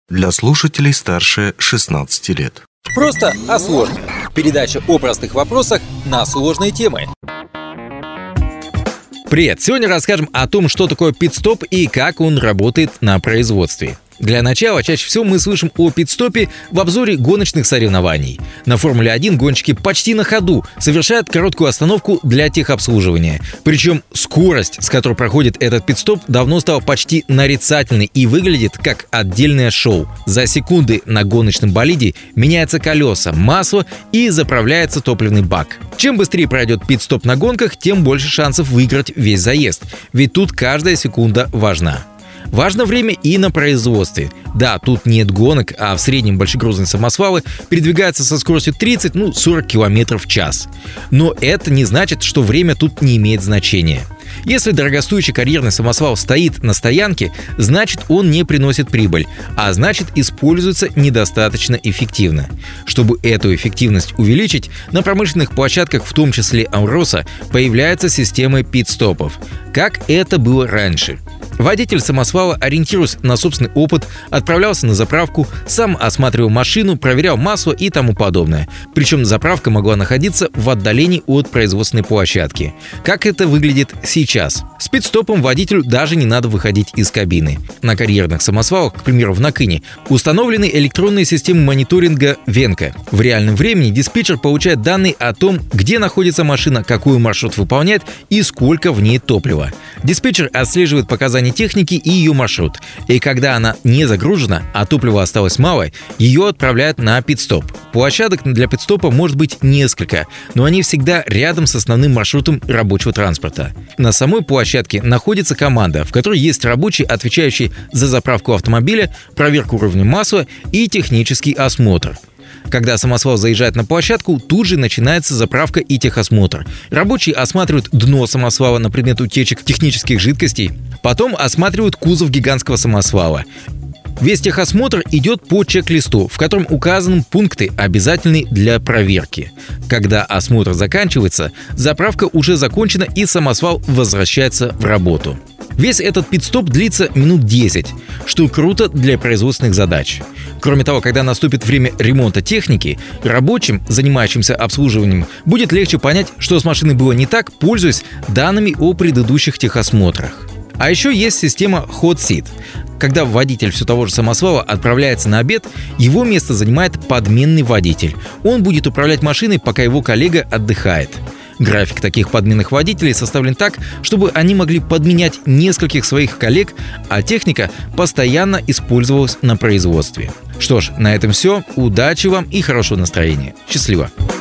Для слушателей старше 16 лет. Просто о сложном. Передача о простых вопросах на сложные темы. Привет! Сегодня расскажем о том, что такое пит-стоп и как он работает на производстве. Для начала, чаще всего мы слышим о пит-стопе в обзоре гоночных соревнований. На Формуле-1 гонщики почти на ходу совершают короткую остановку для техобслуживания. Причем скорость, с которой проходит этот пит-стоп, давно стала почти нарицательной и выглядит как отдельное шоу. За секунды на гоночном болиде меняются колеса, масло и заправляется топливный бак. Чем быстрее пройдет пит-стоп на гонках, тем больше шансов выиграть весь заезд. Ведь тут каждая секунда важна. Важно время и на производстве. Да, тут нет гонок, а в среднем большегрузные самосвалы передвигаются со скоростью 30-40 км в час. Но это не значит, что время тут не имеет значения. Если дорогостоящий карьерный самосвал стоит на стоянке, значит он не приносит прибыль, а значит используется недостаточно эффективно. Чтобы эту эффективность увеличить, на промышленных площадках, в том числе Амроса, появляется система пит-стопов. Как это было раньше? Водитель самосвала, ориентируясь на собственный опыт, отправлялся на заправку, сам осматривал машину, проверял масло и тому подобное. Причем заправка могла находиться в отдалении от производственной площадки. Как это выглядит сейчас? С пит-стопом водителю даже не надо выходить из кабины. На карьерных самосвалах, к примеру в Накине, установлены электронные системы мониторинга Венка. В реальном времени диспетчер получает данные о том, где находится машина, какой маршрут выполняет и сколько в ней топлива. Диспетчер отслеживает показания техники и ее маршрут. И когда она не загружена, а топлива осталось мало, ее отправляют на пит-стоп. Площадок для пит-стопа может быть несколько, но они всегда рядом с основным маршрутом рабочего транспорта. На самой площадке находится команда, в которой есть рабочие, отвечающие за заправку автомобиля, проверку уровня масла и технический осмотр. Когда самосвал заезжает на площадку, тут же начинается заправка и техосмотр. Рабочие осматривают дно самосвала на предмет утечек технических жидкостей, потом осматривают кузов гигантского самосвала. Весь техосмотр идет по чек-листу, в котором указаны пункты, обязательные для проверки. Когда осмотр заканчивается, заправка уже закончена и самосвал возвращается в работу. Весь этот пит-стоп длится минут 10, что круто для производственных задач. Кроме того, когда наступит время ремонта техники, рабочим, занимающимся обслуживанием, будет легче понять, что с машиной было не так, пользуясь данными о предыдущих техосмотрах. А еще есть система Hot Seat. Когда водитель все того же самосвала отправляется на обед, его место занимает подменный водитель. Он будет управлять машиной, пока его коллега отдыхает. График таких подменных водителей составлен так, чтобы они могли подменять нескольких своих коллег, а техника постоянно использовалась на производстве. Что ж, на этом все. Удачи вам и хорошего настроения. Счастливо!